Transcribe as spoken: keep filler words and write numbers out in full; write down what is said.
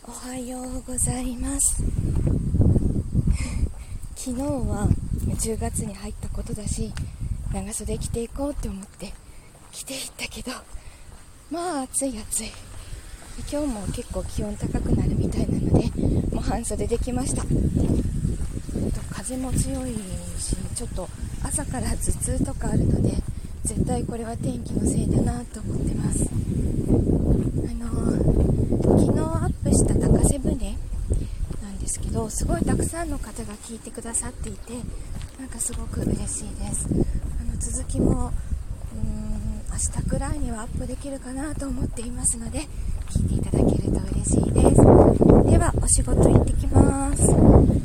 おはようございます。昨日はじゅうがつに入ったことだし、長袖着ていこうって思って着ていったけど、まあ暑い暑い。今日も結構気温高くなるみたいなので、もう半袖できました。風も強いし、ちょっと朝から頭痛とかあるので、絶対これは天気のせいだなと思ってます。あの昨日アップした高瀬舟なんですけど、すごいたくさんの方が聞いてくださっていて、なんかすごく嬉しいです。あの続きもうーん明日くらいにはアップできるかなと思っていますので、聞いていただけると嬉しいです。ではお仕事行ってきます。